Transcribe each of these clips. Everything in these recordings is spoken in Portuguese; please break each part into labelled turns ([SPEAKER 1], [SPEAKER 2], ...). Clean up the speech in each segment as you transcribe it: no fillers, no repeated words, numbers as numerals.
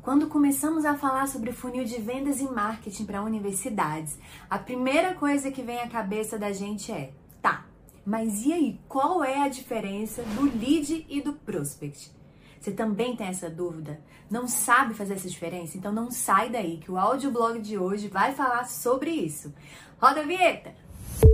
[SPEAKER 1] Quando começamos a falar sobre funil de vendas e marketing para universidades, a primeira coisa que vem à cabeça da gente é: tá, mas e aí, qual é a diferença do lead e do prospect? Você também tem essa dúvida? Não sabe fazer essa diferença? Então não sai daí que o audioblog de hoje vai falar sobre isso. Roda a vinheta!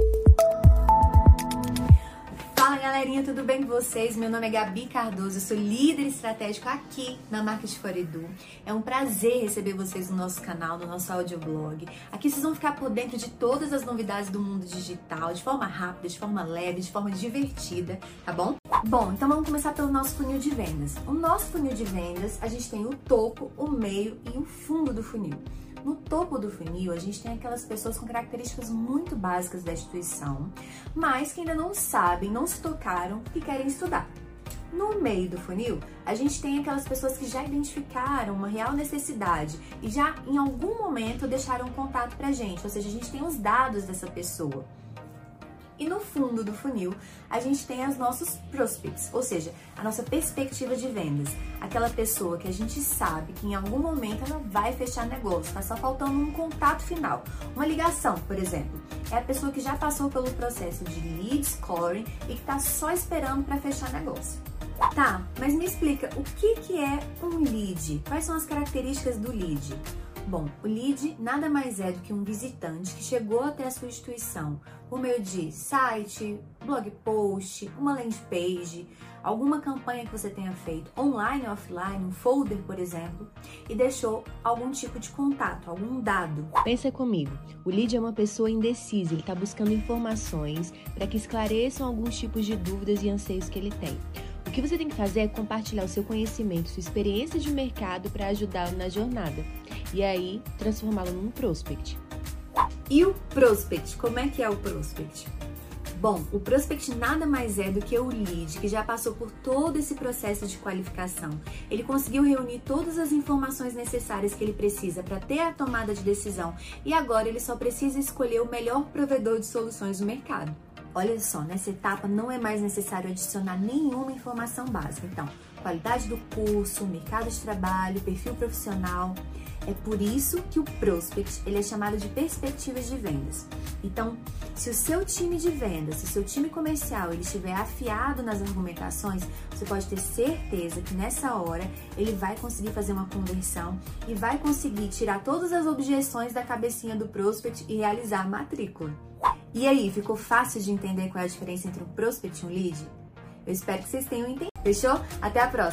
[SPEAKER 1] Fala galerinha, tudo bem com vocês? Meu nome é Gabi Cardoso, eu sou líder estratégico aqui na Marketing for Edu. É um prazer receber vocês no nosso canal, no nosso audioblog. Aqui vocês vão ficar por dentro de todas as novidades do mundo digital, de forma rápida, de forma leve, de forma divertida, tá bom? Bom, então vamos começar pelo nosso funil de vendas. O nosso funil de vendas, a gente tem o topo, o meio e o fundo do funil. No topo do funil, a gente tem aquelas pessoas com características muito básicas da instituição, mas que ainda não sabem, não se tocaram e querem estudar. No meio do funil, a gente tem aquelas pessoas que já identificaram uma real necessidade e já em algum momento deixaram um contato pra gente, ou seja, a gente tem os dados dessa pessoa. E no fundo do funil, a gente tem os nossos prospects, ou seja, a nossa perspectiva de vendas. Aquela pessoa que a gente sabe que em algum momento ela vai fechar negócio, tá só faltando um contato final. Uma ligação, por exemplo. É a pessoa que já passou pelo processo de lead scoring e que tá só esperando para fechar negócio. Tá, mas me explica, o que é um lead? Quais são as características do lead? Bom, o lead nada mais é do que um visitante que chegou até a sua instituição por meio de site, blog post, uma landing page, alguma campanha que você tenha feito online ou offline, um folder, por exemplo, e deixou algum tipo de contato, algum dado.
[SPEAKER 2] Pensa comigo, o lead é uma pessoa indecisa, ele está buscando informações para que esclareçam alguns tipos de dúvidas e anseios que ele tem. O que você tem que fazer é compartilhar o seu conhecimento, sua experiência de mercado para ajudá-lo na jornada e aí transformá-lo num prospect.
[SPEAKER 1] E o prospect? Como é que é o prospect? Bom, o prospect nada mais é do que o lead que já passou por todo esse processo de qualificação. Ele conseguiu reunir todas as informações necessárias que ele precisa para ter a tomada de decisão e agora ele só precisa escolher o melhor provedor de soluções no mercado. Olha só, nessa etapa não é mais necessário adicionar nenhuma informação básica. Então, qualidade do curso, mercado de trabalho, perfil profissional. É por isso que o prospect ele é chamado de perspectivas de vendas. Então, se o seu time de vendas, se o seu time comercial ele estiver afiado nas argumentações, você pode ter certeza que nessa hora ele vai conseguir fazer uma conversão e vai conseguir tirar todas as objeções da cabecinha do prospect e realizar a matrícula. E aí, ficou fácil de entender qual é a diferença entre um prospect e um lead? Eu espero que vocês tenham entendido. Fechou? Até a próxima!